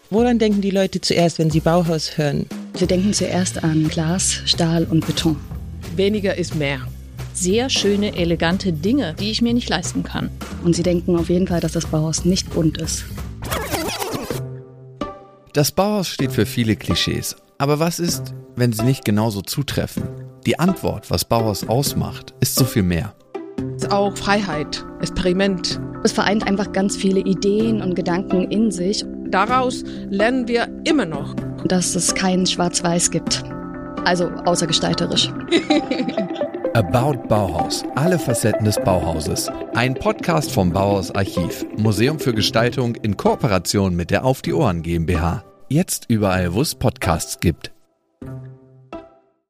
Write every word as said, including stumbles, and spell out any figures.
Woran denken die Leute zuerst, wenn sie Bauhaus hören? Sie denken zuerst an Glas, Stahl und Beton. Weniger ist mehr. Sehr schöne, elegante Dinge, die ich mir nicht leisten kann. Und sie denken auf jeden Fall, dass das Bauhaus nicht bunt ist. Das Bauhaus steht für viele Klischees. Aber was ist, wenn sie nicht genauso zutreffen? Die Antwort, was Bauhaus ausmacht, ist so viel mehr. Es ist auch Freiheit, Experiment. Es vereint einfach ganz viele Ideen und Gedanken in sich. Daraus lernen wir immer noch. Dass es kein Schwarz-Weiß gibt. Also außer gestalterisch. About Bauhaus. Alle Facetten des Bauhauses. Ein Podcast vom Bauhaus Archiv. Museum für Gestaltung in Kooperation mit der Auf die Ohren GmbH. Jetzt überall, wo es Podcasts gibt.